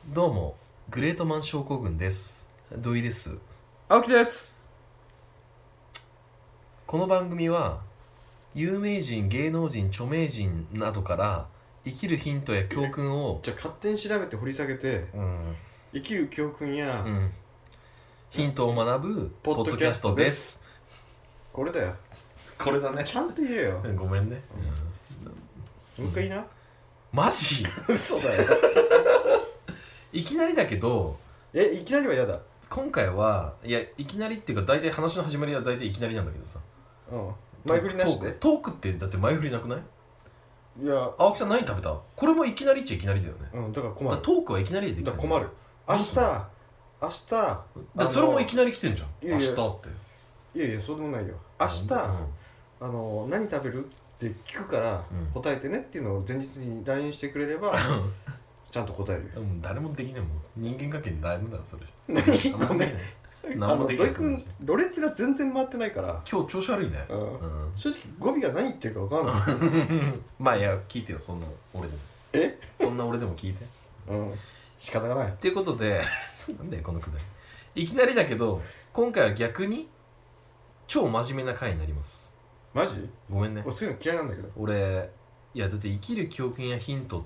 どうもグレートマン症候群です。土井です。 青木です。 この番組は有名人、芸能人、著名人などから生きるヒントや教訓をじゃあ勝手に調べて掘り下げて、生きる教訓や、 ヒントを学ぶポッドキャストです。 これだよ。 これだね。 ちゃんと言えよ。 ごめんね。 もう一回言いな。 マジ嘘だよ。 いきなりだけど、 いきなりは嫌だ。 今回はいきなりっていうか大体話の始まりは大体いきなりなんだけどさ、 前振りなしで。 トークってだって前振りなくない？ いや、 青木さん何食べた？これもいきなりっちゃいきなりだよね。 だから困る。 トークはいきなりでできる。 だから困る。明日でそれもいきなり来てんじゃん。明日って。 いやそうでもないよ。明日、何食べるって聞くから答えてねっていうのを前日に LINE してくれればちゃんと答えるよ。 誰もできないもん。人間関係にダメだよそれ。 何ごめん。土井くん、ろれつが全然回ってないから今日調子悪いね。 正直語尾が何言ってるか分からない。 まあいや聞いてよ、そんな俺でも。そんな俺でも聞いて。 仕方がない。 っていうことでなんだよこのくだり。いきなりだけど今回は逆に超真面目な回になります。 マジ？ ごめんね。 俺そういうの嫌いなんだけど。 俺いやだって生きる教訓やヒントって、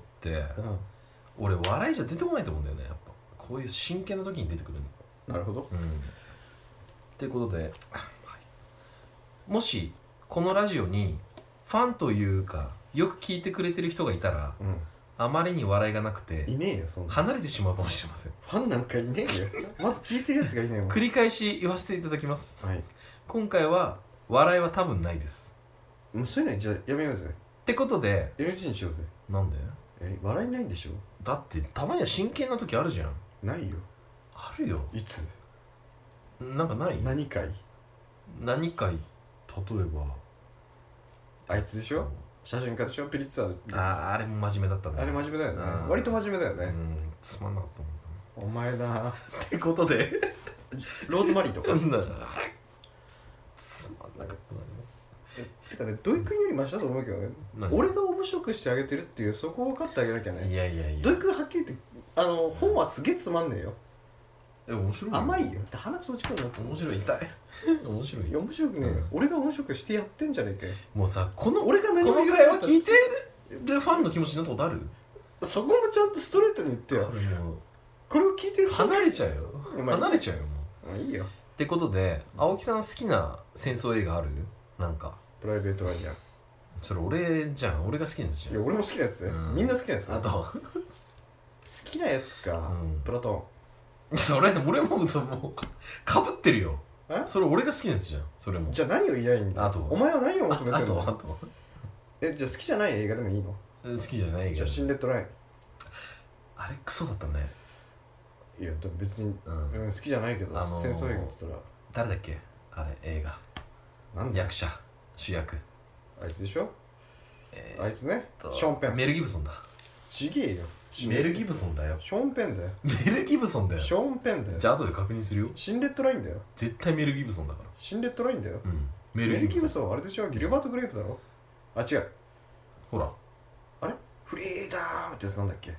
俺笑いじゃ出てこないと思うんだよね。やっぱこういう真剣な時に出てくるの。 なるほど。 ってことで、もしこのラジオにファンというかよく聞いてくれてる人がいたら、あまりに笑いがなくていねえよそんな。 離れてしまうかもしれません。 ファンなんかいねえよ。まず聞いてるやつがいねえよ。 繰り返し言わせていただきます。今回は笑いは多分ないです。 もうそういうのじゃあやめようぜ。 ってことで NG にしようぜ。 なんで？ 笑いないんでしょ？ だってたまには真剣な時あるじゃん。 ないよ。 あるよ。 いつ？ なんかない？ 何回？ 例えばあいつでしょ？写真家でしょ？ピリッツァー。 あれも真面目だったね。 あれ真面目だよね。割と真面目だよね。 つまんなかったもん。お前な。 ってことでローズマリーとか。 つまんなかったな。 てかね、土井くんよりマシだと思うけどね。俺が面白くしてあげてるっていう、そこを分かってあげなきゃね。 いや土井くんはっきり言って本はすげえつまんねえよ。 面白いよ。 甘いよ。鼻くそ落ち込んだやつ。 面白い。痛い。面白い。 いや面白くねえよ。俺が面白くしてやってんじゃねえかよ。 もうさ、 俺が何もこの回は聞いてるファンの気持ちになったことある？ そこもちゃんとストレートに言ってよ。これを聞いてる離れちゃうよ。離れちゃうよもう。いいよ。 ってことで、青木さん好きな戦争映画ある？なんかプライベートワイヤー。 それ俺じゃん。俺が好きなやつじゃん。 いや俺も好きなやつね。みんな好きなやつ。 あと好きなやつか。プラトン。それ俺もかぶってるよ。それ俺が好きなやつじゃん。それも。 じゃあ何を言いたいんだ。お前は何を求めてるの？ あとじゃあ好きじゃない映画でもいいの？ 好きじゃない映画。 じゃあシン・レッドライン。 あれクソだったね。 いや別に好きじゃないけど、戦争映画って言ったら誰だっけあれ映画。なんだ役者主役。 あいつでしょ？あいつね。ショーン・ペン。 メル・ギブソンだ。 ちげえよ。 メル・ギブソンだよ。 ショーン・ペンだよ。 メル・ギブソンだよ。 ショーン・ペンだよ。 じゃあ後で確認するよ。 シン・レッドラインだよ。 絶対メル・ギブソンだから。 シン・レッドラインだよ。 メル・ギブソンあれでしょ？ギルバート・グレープだろ？あ違う。 ほらあれフリーダーってやつなんだっけ？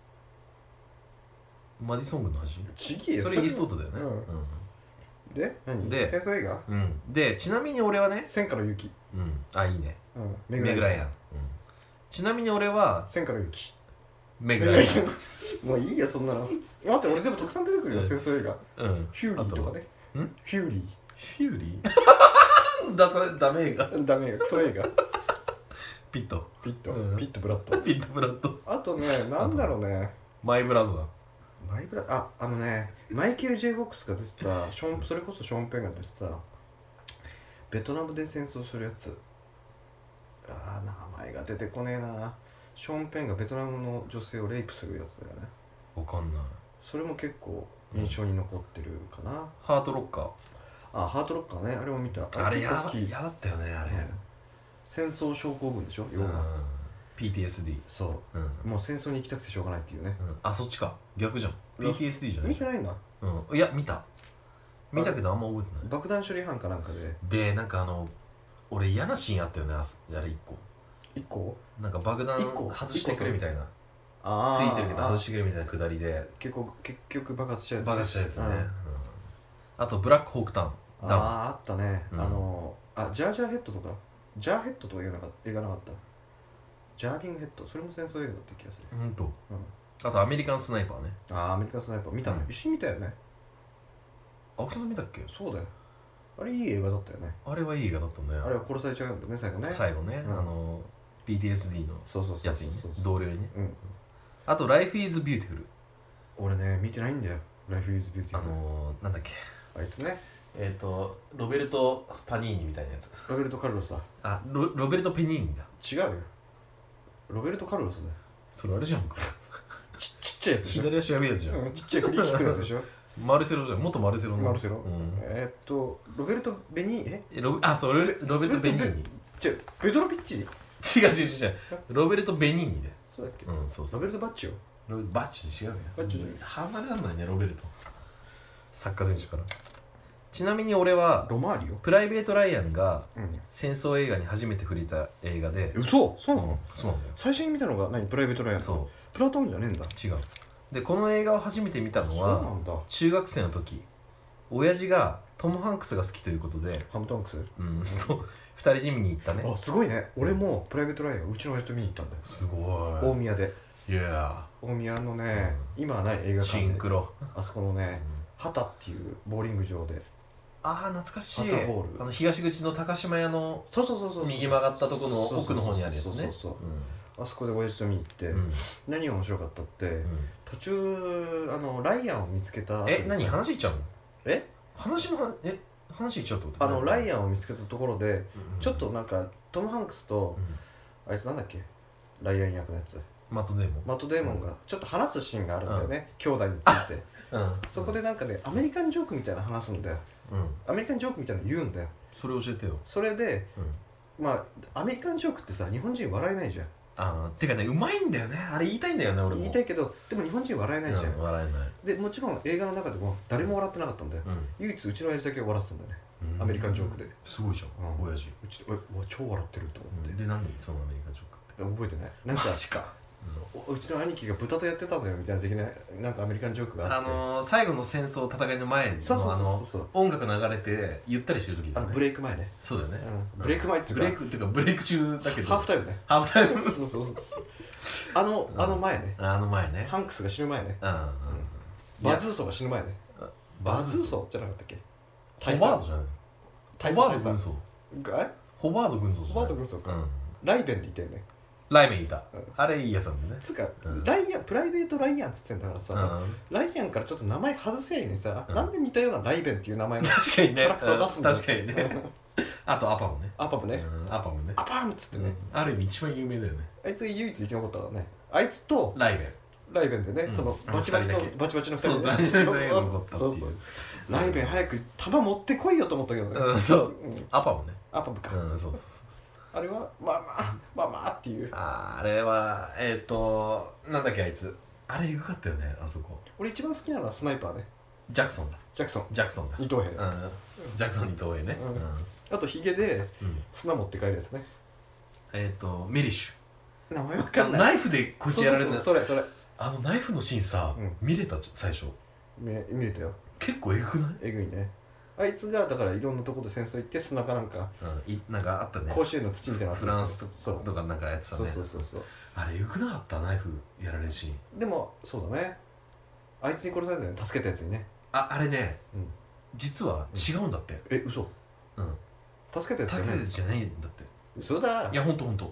マディソン軍の話？ ちげえよ。 それイーストウッドだよね。 で何？ で戦争映画？ でちなみに俺はね、 千から雪。 あいいね。 メグライアン。ちなみに俺は千から雪。 メグライアン。もういいやそんなの。待って俺でもたくさん出てくるよ戦争映画。フューリーとかね。フューリーだそれダメ映画。 ダメ映画。クソ映画。 ピットブラッド。あとねなんだろうね。 マイブラザー。 マイケル・ジェイ・フォックスが出てたそれこそショーン・ペンが出てたベトナムで戦争するやつ。名前が出てこねえな。ショーン・ペンがベトナムの女性をレイプするやつだよね。 わかんない。 それも結構印象に残ってるかな。 ハートロッカー。 ハートロッカーね。あれも見た。 あれ嫌だったよねあれ。 戦争症候群でしょ要は。 PTSD。 そう。もう戦争に行きたくてしょうがないっていうね。 そっちか。逆じゃん。PTSD じゃない。 見てないんだ。 いや見たけどあんま覚えてない。 爆弾処理班かなんかでなんか俺嫌なシーンあったよね。あれ1個なんか爆弾外してくれみたいな。 あついてるけど外してくれるみたいなくだりで結局爆発しちゃうやつ爆発したやつね、 うんあとブラックホークタウンダウンあったね、 うんジャージャーヘッドとかジャーヘッドとか映画なかったジャービングヘッドそれも戦争映画だった気がする、 ほんと、 うん、 あとアメリカンスナイパーね。 アメリカンスナイパー見たね、 うん一緒に見たよね。 青木さん見たっけ？ そうだよ、あれいい映画だったよね。 あれはいい映画だったね。 あれは殺されちゃうんだね最後ね。 最後ね、 うん PTSD のそうそうそうやつにねそうそう同僚にね。 うん、 あと Life is Beautiful、 俺ね見てないんだよ Life is Beautiful。 なんだっけ、 あいつねロベルト・パニーニみたいなやつ。 ロベルト・カルロスだ。 ロベルト・ペニーニだ。 違うよ、ロベルト・カルロスだよ。 それあれじゃんか。 ちっちゃいやつでしょ。 左足やべえやつじゃん。 うん、ちっちゃいフリーキックのやつでしょ。 マルセロじゃん、元マルセロの。 マルセロ、 うんロベルト・ベニーそうロベルト・ベニーニ。 ベドロビッチ。 違うロベルト・ベニーニで。 そうだっけ、 うん、そうそう。 ロベルト・バッチオ。 ロベルト・バッチ違うよ。 バッチ離れらんないね、ロベルト。サッカー選手から。ちなみに俺はロマーリオ。 プライベート・ライアンがうん、 戦争映画に初めて触れた映画で、 そうなの、 そうなんだよ。 最初に見たのがプライベート・ライアン。 そプラトーンじゃねえんだ。 う違う。でこの映画を初めて見たのそうなはんだ。 中学生の時、親父がトム・ハンクスが好きということで、 ハムトンクス。 そう2人で見に行ったね。 あ、すごいね。俺もプライベート・ライアンうちの親父と見に行ったんだよ。 すごい。 大宮で。 いや大宮のね、今はない映画シ館でンクロ。 あそこのね、畑っていうボーリング場で。 ああ懐かしい。 ハタボール東口の高島屋のそう右曲がったとこの奥の方にあるやつね。 そうあそこで親父と見に行って、何が面白かったって、途中ライアンを見つけた後にさ何話いっちゃうの？ え話いっちゃうってこと？ ライアンを見つけたところで、ちょっとなんかトム・ハンクスと、あいつなんだっけ、ライアン役のやつマットデーモンがちょっと話すシーンがあるんだよね、兄弟について。そこでなんかね、アメリカンジョークみたいな話すんだよ。アメリカンジョークみたいなの言うんだよ。 それ教えてよ。 それで、まあアメリカンジョークってさ、日本人笑えないじゃん。 てかね、うまいんだよね。あれ言いたいんだよね、俺も。 言いたいけど、でも日本人笑えないじゃん。 笑えない。 でもちろん映画の中でも誰も笑ってなかったんだよ。唯一うちの親父だけ笑ってたんだよね、アメリカンジョークで。 すごいじゃん、親父。 うちで超笑ってると思って。 で、何そのアメリカンジョークって。 覚えてない。なんかマジか。 うちの兄貴が豚とやってたんだよみたいな的ななんかアメリカンジョークがあって、 最後の戦争戦いの前の音楽流れてゆったりしてる時だね。 ブレイク前ね。 そうだよね。 ブレイク前ってブレイクっていうかブレイク中だけどハーフタイムね。 ハーフタイム。 そうあの前ね。ハンクスが死ぬ前ね。バズーソが死ぬ前ね。バズーソじゃなかったっけ？ ホバードじゃない？ホバード軍曹。ホバード軍曹。 ホバード軍曹か。ライベンって言ったよね。 ライベンいた。あれいいやつなんだね。 つうか、プライベートライアンっつってんだからさ、ライアンからちょっと名前外せやいいのにさ、なんで似たようなライベンっていう名前のキャラクターを出すんだよ。 確かにね。あとアパムね。 アパムね。 アパムっつってね。ある意味一番有名だよね。 あいつ唯一生き残ったからね。あいつとライベンでね、そのバチバチの2人でね。そうそう。ライベン早く弾持ってこいよと思ったけどね。 そう。アパムね。 アパムか。 そう。 あれはまあっていう。 あれはなんだっけあいつ。あれエグかったよね、あそこ。 俺一番好きなのはスナイパーね。 ジャクソンだ。 ジャクソンだ。 二等兵。ジャクソン二等兵ね。 あとヒゲで砂持って帰るやつね。 メリッシュ。名前わかんない。 ナイフでこうやってやられてる。 それ。 ナイフのシーンさ、見れた最初。 見れたよ。 結構エグくない？ エグいね。あいつがだからいろんなところで戦争行って砂かなんかなんかあったね。 甲子園の土みたいなフランスとかなんかやってたね。 そうあれエグなかった？ナイフやられるシーン。 でもそうだね、あいつに殺されたよね、助けたやつにね。 あれね、実は違うんだって。 嘘。助けたやつじゃない。じゃないんだって。 嘘だ。 いやほんと違うんだって。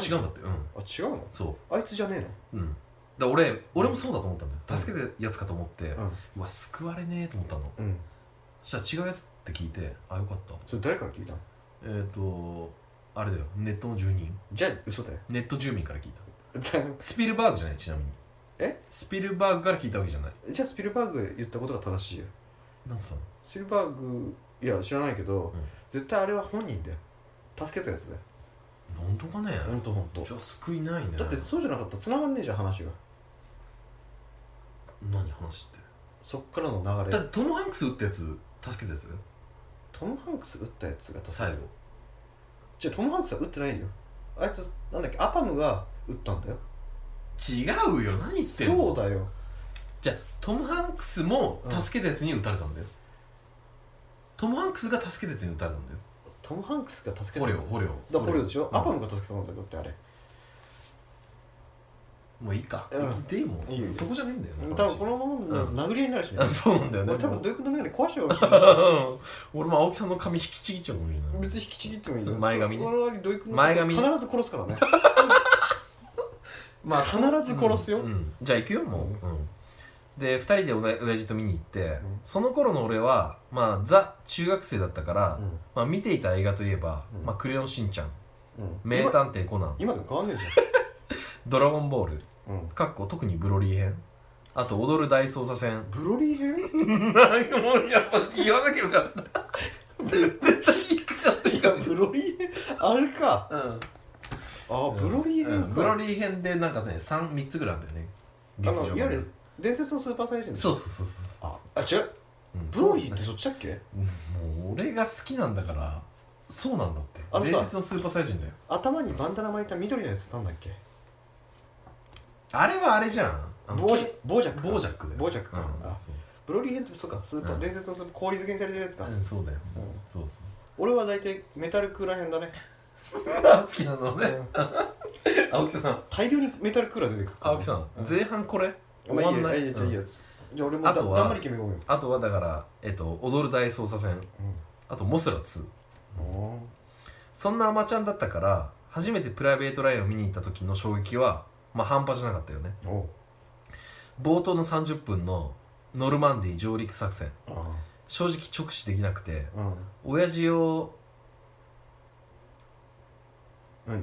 あ、違うの？ そう。 あいつじゃねえの？ だ俺もそうだと思ったんだよ。助けたやつかと思って、うわ救われねえと思ったの。そしたら違うやつって聞いて、あよかった。 それ誰から聞いたの？あれだよ、ネットの住人。 じゃあ嘘だよ。 ネット住民から聞いた。スピルバーグじゃない、ちなみに。スピルバーグから聞いたわけじゃない。 じゃあスピルバーグが言ったことが正しいよ。 なんつったの？ スピルバーグ、いや知らないけど、絶対あれは本人だよ。助けたやつだよ。 本当かね？ 本当。 じゃあ救いないね。 だってそうじゃなかったら繋がんねえじゃん話が。 何話って？ そっからの流れ。 だってトム・ハンクス撃ったやつ助けたやつ？ トム・ハンクス撃ったやつが助けた。 最後。 じゃあトム・ハンクスは撃ってないよ。あいつなんだっけ、アパムが撃ったんだよ。 違うよ、何言ってんの。 そうだよ。 じゃあトム・ハンクスも助けたやつに撃たれたんだよ、トム・ハンクスが助けたやつに撃たれたんだよ。 トム・ハンクスが助けた捕虜捕虜だ、捕虜でしょ、アパムが助けたんだよだってあれ。 もういいか、でもいいよそこじゃねえんだよね。 多分このまま殴り合いになるしね。 そうなんだよね。 俺多分土井君の眼鏡壊しちゃうかもしれない俺も青木さんの髪引きちぎっちゃうかもしれない。 別に引きちぎってもいいよ。 前髪ね。 我々土井君の前髪必ず殺すからね。 まあ必ず殺すよ。 じゃあ行くよもう。で2人で親父と見に行って、その頃の俺はまあザ中学生だったから、まあ見ていた映画といえば、まあクレヨンしんちゃん、名探偵コナン、 今でも変わんねえじドラゴンボール、 ゃん。 特にブロリー編、あと踊る大捜査線。 ブロリー編？ なんかもうやっぱ言わなきゃよかった。絶対引っかかった。 いやブロリー編あれか。あ、ブロリー編か。 ブロリー編でなんかね3つぐらいあるんだよね。 いわゆる伝説のスーパーサイヤ人。 そうそうそう。 あ、違う。ブロリーってそっちだっけ？ もう俺が好きなんだからそうなんだって。伝説のスーパーサイヤ人だよ。 頭にバンダナ巻いた緑のやつなんだっけ？ あれはあれじゃん。 ボージャック。 ボージャックだよ。 ボージャックか。ブロリー編ってそうか、スーパー伝説のスーパー氷漬けにされてるやつか。 そうだよ。そうそう。 俺は大体メタルクーラー編だね。 好きなのね。青木さん。 大量にメタルクーラー出てくる。 青木さん、前半これ終わんない。 じゃあいいやつ。じゃあ俺もだんまり決め込むよ。 あとはだから踊る大捜査線、あとモスラ2。そんなアマちゃんだったから初めてプライベートラインを見に行った時の衝撃はまあ半端じゃなかったよね。冒頭の30分のノルマンディー上陸作戦、正直直視できなくて、親父を何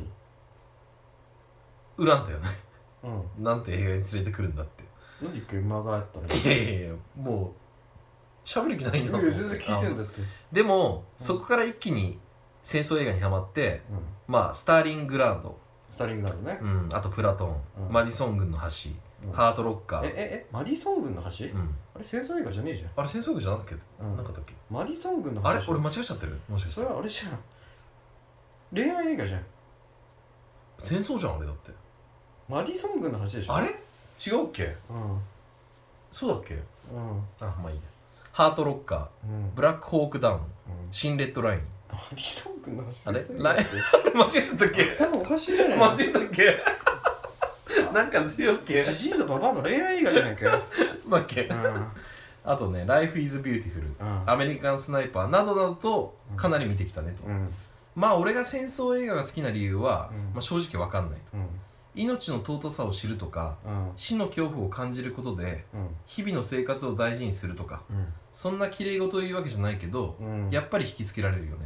恨んだよね。なんて映画に連れてくるんだって。 なんで一回間があったの？ いやいやいや、もう喋る気ないんだもん。 全然聞いてんだって。 でもそこから一気に戦争映画にハマって、まあスターリングラード、 ね。 あとプラトン、マディソン軍の橋、ハートロッカー。 マディソン軍の橋？あれ戦争映画じゃねえじゃん。 あれ戦争映画じゃなかったっけ？なんかだっけ？ マディソン軍の橋。 あれ俺間違えちゃってる？もしかして。 それはあれじゃん。恋愛映画じゃん。 戦争じゃんあれだって。 マディソン軍の橋でしょ。 あれ？違うっけ？そうだっけ？あ、まあいいや。ハートロッカー、ブラックホークダウン、新レッドライン。 マディソン軍の橋。 あれ？間違えちゃったっけ？ 多分おかしいじゃない。 間違えたっけ？なんか強いっけ？ ジジイのババアの恋愛映画じゃないかよ。 そうだっけ？あとね、Life is Beautiful、アメリカンスナイパーなどなどとかなり見てきたねと。まあ俺が戦争映画が好きな理由は、まあ、正直わかんないと。命の尊さを知るとか、死の恐怖を感じることで、日々の生活を大事にするとか、そんな綺麗事を言うわけじゃないけど、やっぱり引きつけられるよね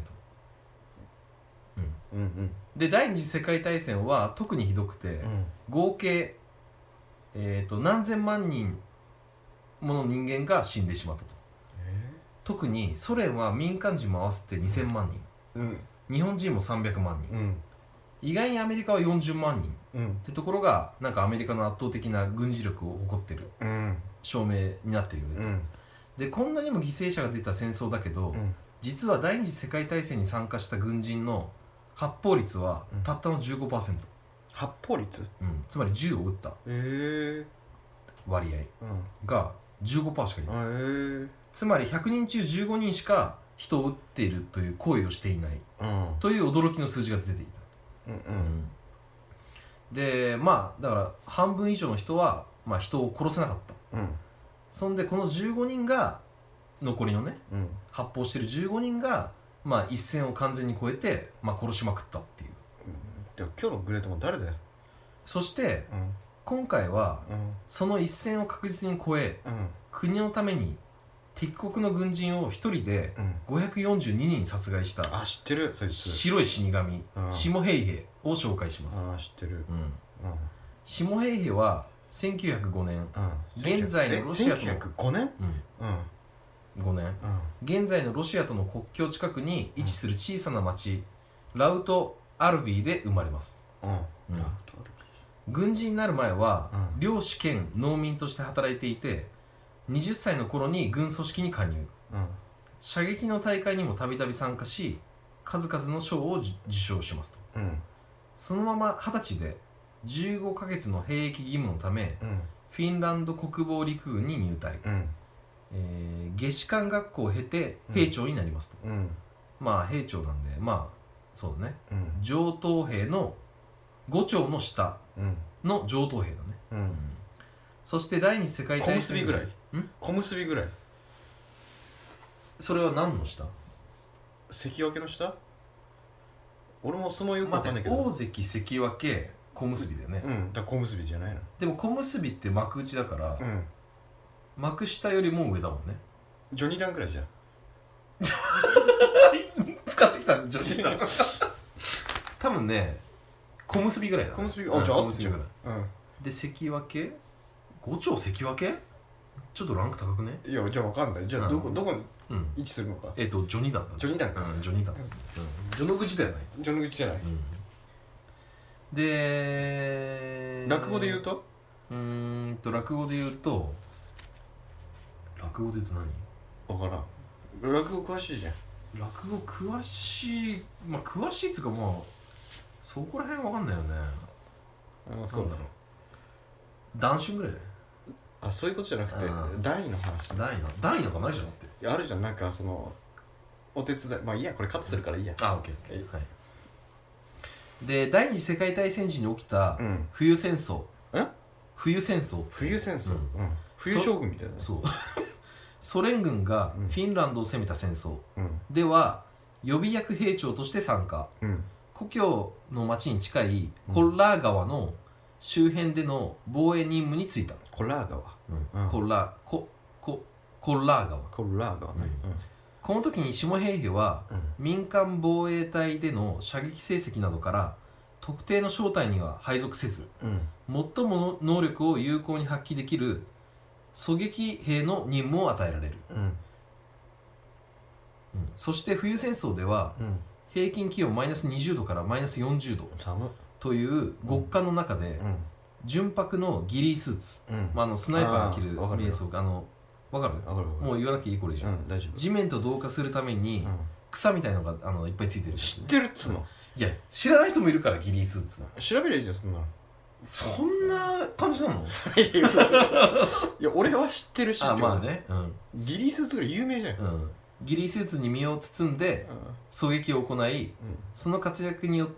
と。で第二次世界大戦は特にひどくて、合計、何千万人もの人間が死んでしまったと。特にソ連は民間人も合わせて2000万人、日本人も300万人、意外にアメリカは40万人、ってところがなんかアメリカの圧倒的な軍事力を誇ってる、証明になってるよねと。でこんなにも犠牲者が出た戦争だけど、実は第二次世界大戦に参加した軍人の発砲率はたったの 15%、 発砲率？ つまり銃を撃った割合が 15% しかいない、つまり100人中15人しか人を撃っているという行為をしていない、という驚きの数字が出ていた。でまあだから半分以上の人は、まあ、人を殺せなかった、そんでこの15人が残りのね、発砲してる15人が、まあ、一線を完全に越えて、まあ、殺しまくったっていう。 でも今日のグレートマン誰だよ。 そして、今回は、その一線を確実に越え、国のために敵国の軍人を一人で542人殺害した、 知ってるそいつ。 白い死神、シモヘイヘを紹介します。 知ってる。 シモヘイヘは1905年、現在のロシアとの 1905年 5年、現在のロシアとの国境近くに位置する小さな町、ラウト・アルビーで生まれます。軍人になる前は、漁師兼農民として働いていて、20歳の頃に軍組織に加入、射撃の大会にもたびたび参加し、数々の賞を受賞しますと。そのまま20歳で 15ヶ月の兵役義務のため、フィンランド国防陸軍に入隊、下士官学校を経て兵長になりますと、まあ兵長なんでまあそうだね、上等兵の5長の下の上等兵だね、そして第二次世界大戦小結ぐらい小結ぐらい。 それは何の下？ 関脇の下？俺も相撲よくわかんないけど、 大関関脇小結だよね、 だから小結じゃないの。 でも小結って幕内だから、幕下よりも上だもんね。 序二段ぐらいじゃん。 使ってきたん序二段多分ね小結ぐらいだ、ね、 小結ぐらい、じゃあ小結ぐらい、で関脇5丁関脇ちょっとランク高くね。 いやじゃあわかんない。じゃあどこに位置するのか。 序二段だ。 序二段か。 序二段。序の口ではない。 序の口じゃない。 で落語で言うと落語で言うと何？ わからん。落語詳しいじゃん。 落語詳しい、まあ詳しいっつうかまあそこら辺わかんないよね。 そうだろう。談春ぐらい。 あ、そういうことじゃなくて大の話。 大のかないじゃんって。 いやあるじゃん、なんかそのお手伝い、まあいいや、これカットするからいいや。 オッケー。はい。で第二次世界大戦時に起きた冬戦争。冬戦争。冬将軍みたいな。 そう。ソ連軍がフィンランドを攻めた戦争では予備役兵長として参加、故郷の町に近いコッラー川の周辺での防衛任務に就いた。 コッラー川、 コッラー川ね、この時に下平家は民間防衛隊での射撃成績などから特定の小隊には配属せず、最も能力を有効に発揮できる狙撃兵の任務を与えられる、そして冬戦争では、平均気温マイナス20度からマイナス40度という極寒の中で、純白のギリースーツ、スナイパーが着る瞑想がわかる？もう言わなきゃいいこれじゃん、地面と同化するために、草みたいのがいっぱいついてる。 知ってるっつうの？ いや知らない人もいるからギリースーツ調べりゃいいじゃん、そんなの。 そんな感じなの？ いや俺は知ってるし。 まあね、 ギリースーツぐらい有名じゃん。 ギリースーツに身を包んで狙撃を行い、その活躍によって、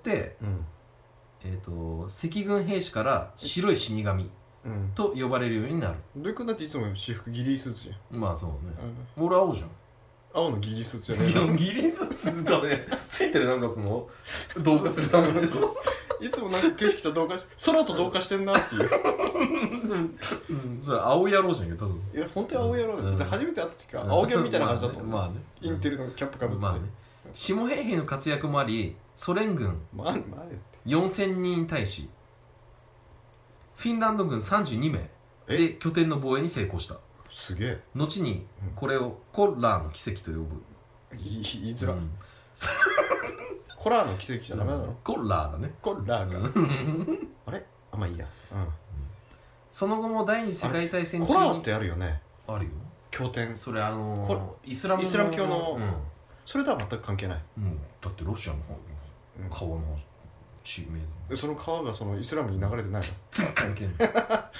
赤軍兵士から白い死神と呼ばれるようになる。 土井君だっていつも私服ギリースーツじゃん。 まあそうね、俺青じゃん。 青のギリースーツじゃないの？ ギリースーツがねついてる、なんかその同化するためにいつもなんか景色と同化し空と同化してんなっていうそれ青野郎じゃんけど。 いや本当に青野郎だって、初めて会った時から青ギャンみたいな感じだったもん。まあね、インテルのキャップかぶって、 下平兵の活躍もあり、ソ連軍4000人に対しフィンランド軍32名で拠点の防衛に成功した。 すげえ。 後にこれをコッラーの奇跡と呼ぶ。 言いづら、コラーの奇跡じゃダメなの？ コッラーだね。 コッラーかあれ？まあいいや。 その後も第二次世界大戦中にコラーってあるよね。 あるよ、 経典。 それイスラム教の、それとは全く関係ない。 だってロシアの川の地名、 その川がそのイスラムに流れてないの？ 関係ない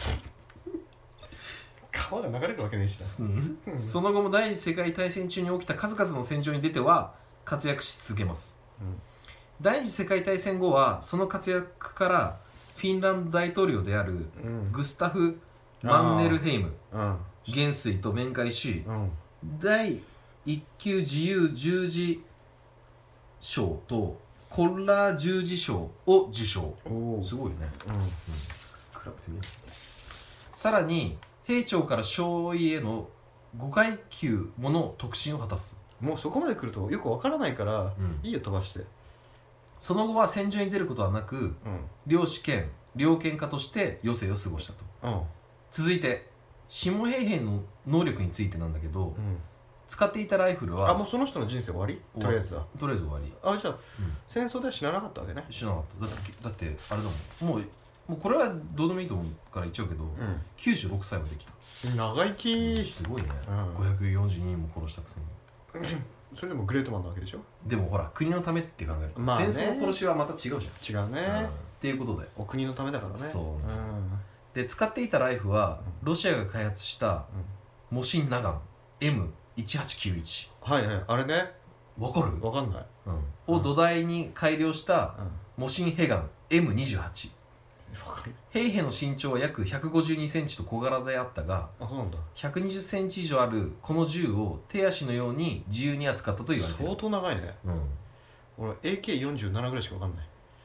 川が流れるわけねえしな。 その後も第二次世界大戦中に起きた数々の戦場に出ては活躍し続けます。第二次世界大戦後はその活躍からフィンランド大統領であるグスタフ・マンネルヘイム元帥と面会し、第一級自由十字章とコッラー十字章を受賞。すごいね。さらに兵長から少尉への5階級もの特進を果たす。 もうそこまで来るとよくわからないから、いいよ飛ばして。 その後は戦場に出ることはなく、領主兼猟犬家として余生を過ごしたと。続いて下平兵の能力についてなんだけど、使っていたライフルはもうその人の人生終わり？とりあえずはとりあえず終わり。 じゃあ、戦争では死ななかったわけね。 死ななかった。だってあれだもん、もうこれはどうでもいいと思うから言っちゃうけど、96歳まで生きた。 長生き。 すごいね。542人も殺したくせにそれでもグレートマンなわけでしょ。 でもほら国のためって考えると、戦争の殺しはまた違うじゃん。 違うね。 っていうことでお国のためだからね。 そう、 うん、 で使っていたライフはロシアが開発したモシンナガン M1891。 はいはい、あれね。 わかる？ わかんない、 を土台に改良したモシンヘガン M28。 わかる。 ヘイヘの身長は約152センチと小柄であったが、 あ、そうなんだ。 120センチ以上あるこの銃を手足のように自由に扱ったと言われている。 相当長いね。俺 AK47 ぐらいしかわかんない。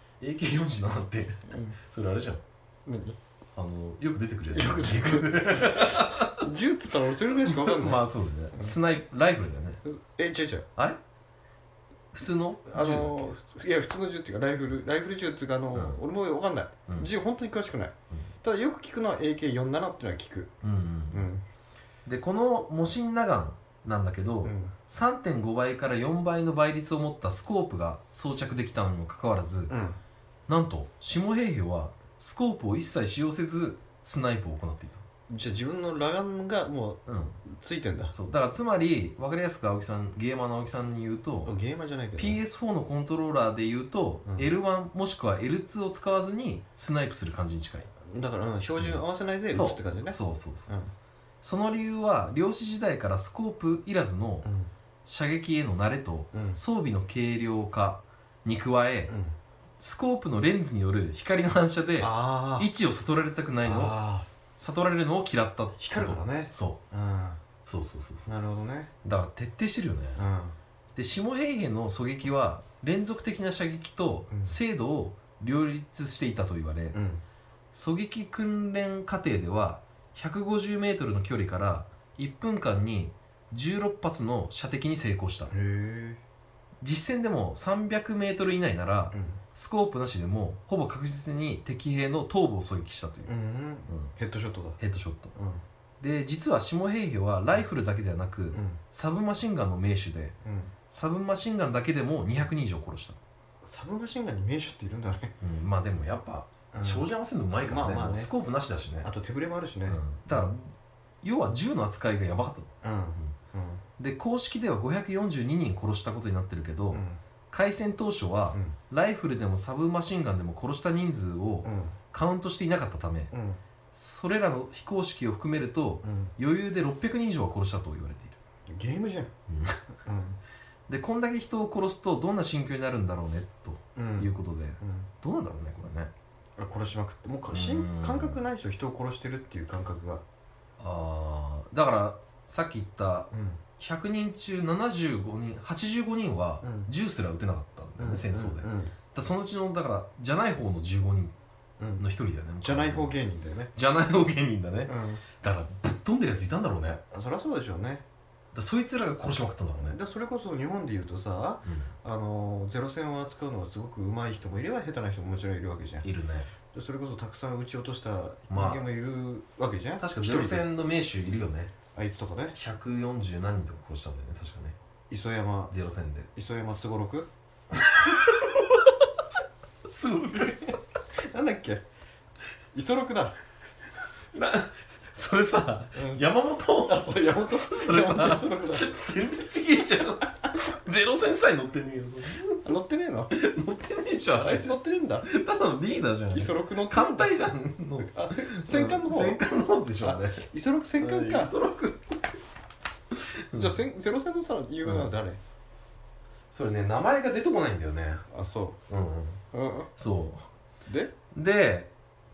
AK47 って、それあれじゃん、 何？ よく出てくるやつ。 よく出てくる銃っつったら俺それぐらいしかわかんない。 まあそうだね、ライフルだよね。 違うあれ普通のいや普通の銃っていうかライフル銃っていうか俺もわかんない、銃本当に詳しくない、ただよく聞くのは AK47 っていうのは聞く。 でこのモシンナガンなんだけど、3.5 倍から4倍の倍率を持ったスコープが装着できたにもかかわらず、なんと下平兵はスコープを一切使用せずスナイプを行っていた。 じゃあ自分の裸眼がもうついてんだ。 そうだからつまり分かりやすく青木さん、ゲーマーの青木さんに言うと、 ゲーマーじゃないけど、 PS4 のコントローラーで言うと、L1 もしくは L2 を使わずにスナイプする感じに近い。 だから、標準合わせないで撃つって感じね。 そう、その理由は漁師時代からスコープいらずの射撃への慣れと装備の軽量化に加え、スコープのレンズによる光の反射で位置を悟られたくないのを悟られるのを嫌った。 光るからね。 そう、 なるほどね。 だから徹底してるよね。で下平兵の狙撃は連続的な射撃と精度を両立していたと言われ、狙撃訓練過程では150メートルの距離から1分間に16発の射的に成功した。実戦でも300メートル以内なら、スコープなしでもほぼ確実に敵兵の頭部を狙撃したという、 ヘッドショットだ。 ヘッドショット、で実は下平兵はライフルだけではなく、サブマシンガンの名手で、サブマシンガンだけでも200人以上殺した。 サブマシンガンに名手っているんだね。 まあでもやっぱ照準合わせるのうまいからね、スコープなしだしね。 あと手ぶれもあるしね。 だから要は銃の扱いがやばかった。で公式では542人殺したことになってるけど、開戦当初はライフルでもサブマシンガンでも殺した人数をカウントしていなかったため、それらの非公式を含めると余裕で600人以上は殺したと言われている。 ゲームじゃん。 でこんだけ人を殺すとどんな心境になるんだろうねということで、どうなんだろうねこれね。 殺しまくってもう感覚ないでしょ、人を殺してるっていう感覚が。 だからさっき言った100人中75人85人は銃すら撃てなかったんだよね、戦争で。そのうちのだからじゃない方の15人の一人だよね。 じゃない方芸人だよね。 じゃない方芸人だね。だからぶっ飛んでるやついたんだろうね。 そりゃそうでしょうね。 そいつらが殺しまくったんだろうね。 それこそ日本でいうとさ、ゼロ戦を扱うのがすごく上手い人もいれば下手な人ももちろんいるわけじゃん。 いるね。 それこそたくさん撃ち落とした人間もいるわけじゃん。 確かゼロ戦の名手いるよね。 あいつとかね。 140何人とか殺したんだよね、確かね。 磯山ゼロ戦で。 磯山すごろくすごろくなんだっけ、磯ろくだ。 それさ、山本。 あ、それ山本。 それさ、全然違えじゃん。ゼロ戦さえ乗ってねえよ。 乗ってねえの？ 乗ってねえじゃん。 あいつ乗ってねえんだ。 ただのリーダーじゃん。 磯ろくの艦隊じゃん。 あ、戦艦の方。 戦艦の方でしょうね。 磯ろく戦艦か。 磯ろく。 じゃあゼロ戦のさ、有名なの誰？ それね、名前が出てこないんだよね。 あ、そう。 そうで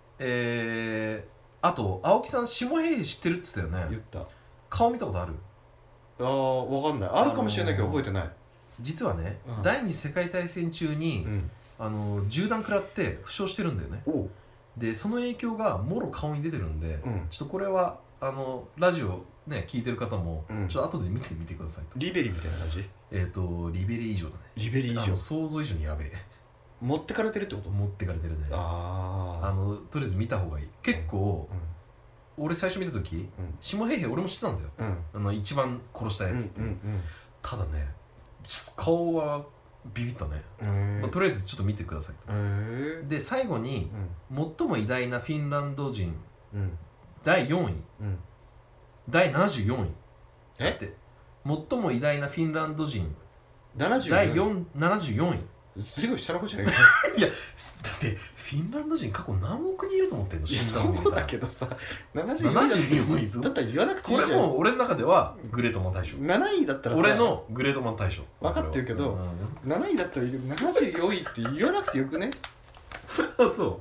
あと青木さん下平知ってるっつったよね。 言った。 顔見たことある？ わかんない。あるかもしれないけど覚えてない。 実はね、第二次世界大戦中に銃弾食らって負傷してるんだよね。でその影響がもろ顔に出てるんで、ちょっとこれはラジオね聞いてる方もちょっと後で見てみてくださいと。 リベリみたいな感じ？ リベリ以上だね。 リベリ以上。 想像以上にやべえ。 持ってかれてるってこと？ 持ってかれてるね。とりあえず見た方がいい。結構俺最初見た時下平俺も知ってたんだよ。一番殺したやつって。ただね顔はビビったね。とりあえずちょっと見てくださいと。で最後に最も偉大なフィンランド人第4位第74位だって。最も偉大なフィンランド人第74位随分下の方じゃないかいやだってフィンランド人過去何億人いると思ってんの。 そうだけどさ 74位だったら言わなくていいこじゃん。 れもう俺の中ではグレートマン大賞。 7位だったらさ俺のグレートマン大賞分かってるけど、7位だったら74位って言わなくてよくね。 そう、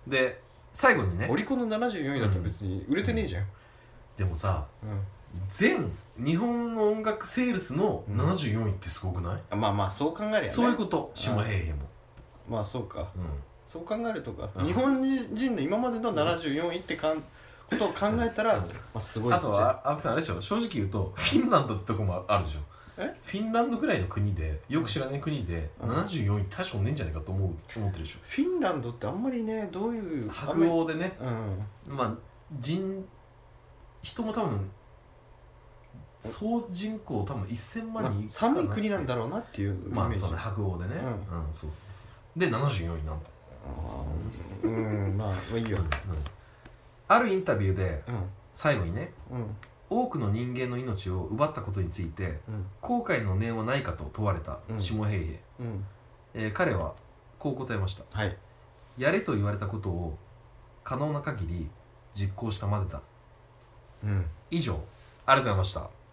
で最後にねオリコンの74位だったら別に売れてねえじゃん、 でもさ、全日本の音楽セールスの74位ってすごくない？ まあまあそう考えるよね。 そういうこと。下平平もまあそうか、そう考えるとか、日本人の今までの74位ってことを考えたら、まあ、すごい。 あとは青木さんあれでしょ、正直言うとフィンランドってとこもあるでしょ。フィンランドぐらいの国でよく知らない国で74位って大したもんねえんじゃないかと思ってるでしょ。 フィンランドってあんまりね、どういう白欧でね、まあ人も多分総人口多分1000万人、 寒い国なんだろうなっていうイメージ。 まあそうね、白欧でね、そうそうそうで74位なんだ。 まあいいよ、 あるインタビューで最後にね、多くの人間の命を奪ったことについて、後悔の念はないかと問われた下平平、彼はこう答えました、やれと言われたことを可能な限り実行したまでだ、以上ありがとうございました。